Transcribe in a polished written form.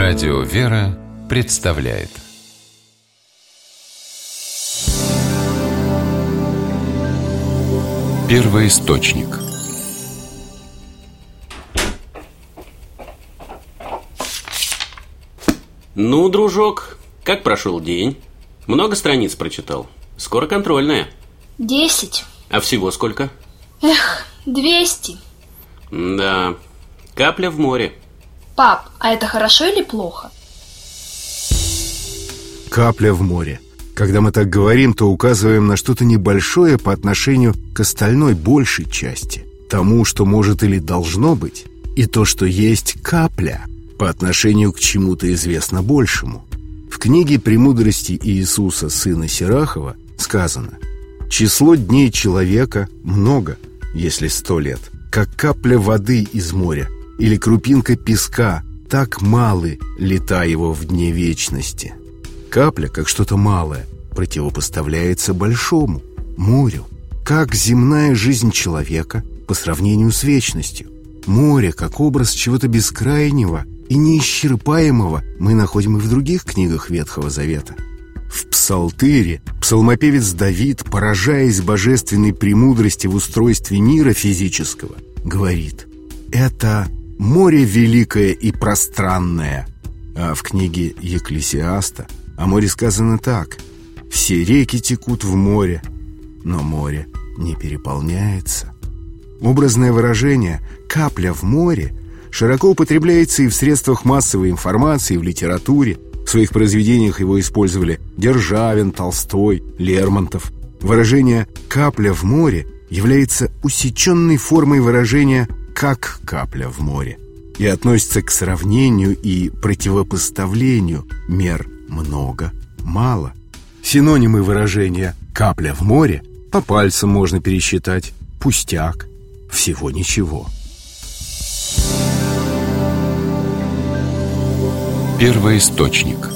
Радио «Вера» представляет Первоисточник. Ну, дружок, как прошел день? Много страниц прочитал? Скоро контрольная. 10. А всего сколько? 200. Да, капля в море. Пап, а это хорошо или плохо? Капля в море. Когда мы так говорим, то указываем на что-то небольшое по отношению к остальной большей части, тому, что может или должно быть, и то, что есть капля по отношению к чему-то известно большему. В книге «Премудрости Иисуса, сына Сирахова» сказано: «Число дней человека много, если 100 лет, как капля воды из моря или крупинка песка, так малы лета его в дне вечности». Капля, как что-то малое, противопоставляется большому, морю. Как земная жизнь человека по сравнению с вечностью. Море, как образ чего-то бескрайнего и неисчерпаемого, мы находим и в других книгах Ветхого Завета. В Псалтыре псалмопевец Давид, поражаясь божественной премудрости в устройстве мира физического, говорит: «Это море великое и пространное». А в книге Екклесиаста о море сказано так: «Все реки текут в море, но море не переполняется». Образное выражение «капля в море» широко употребляется и в средствах массовой информации, и в литературе. В своих произведениях его использовали Державин, Толстой, Лермонтов. Выражение «капля в море» является усеченной формой выражения «как капля в море» и относится к сравнению и противопоставлению мер много, мало. Синонимы выражения «капля в море» по пальцам можно пересчитать: пустяк, всего ничего. Первоисточник.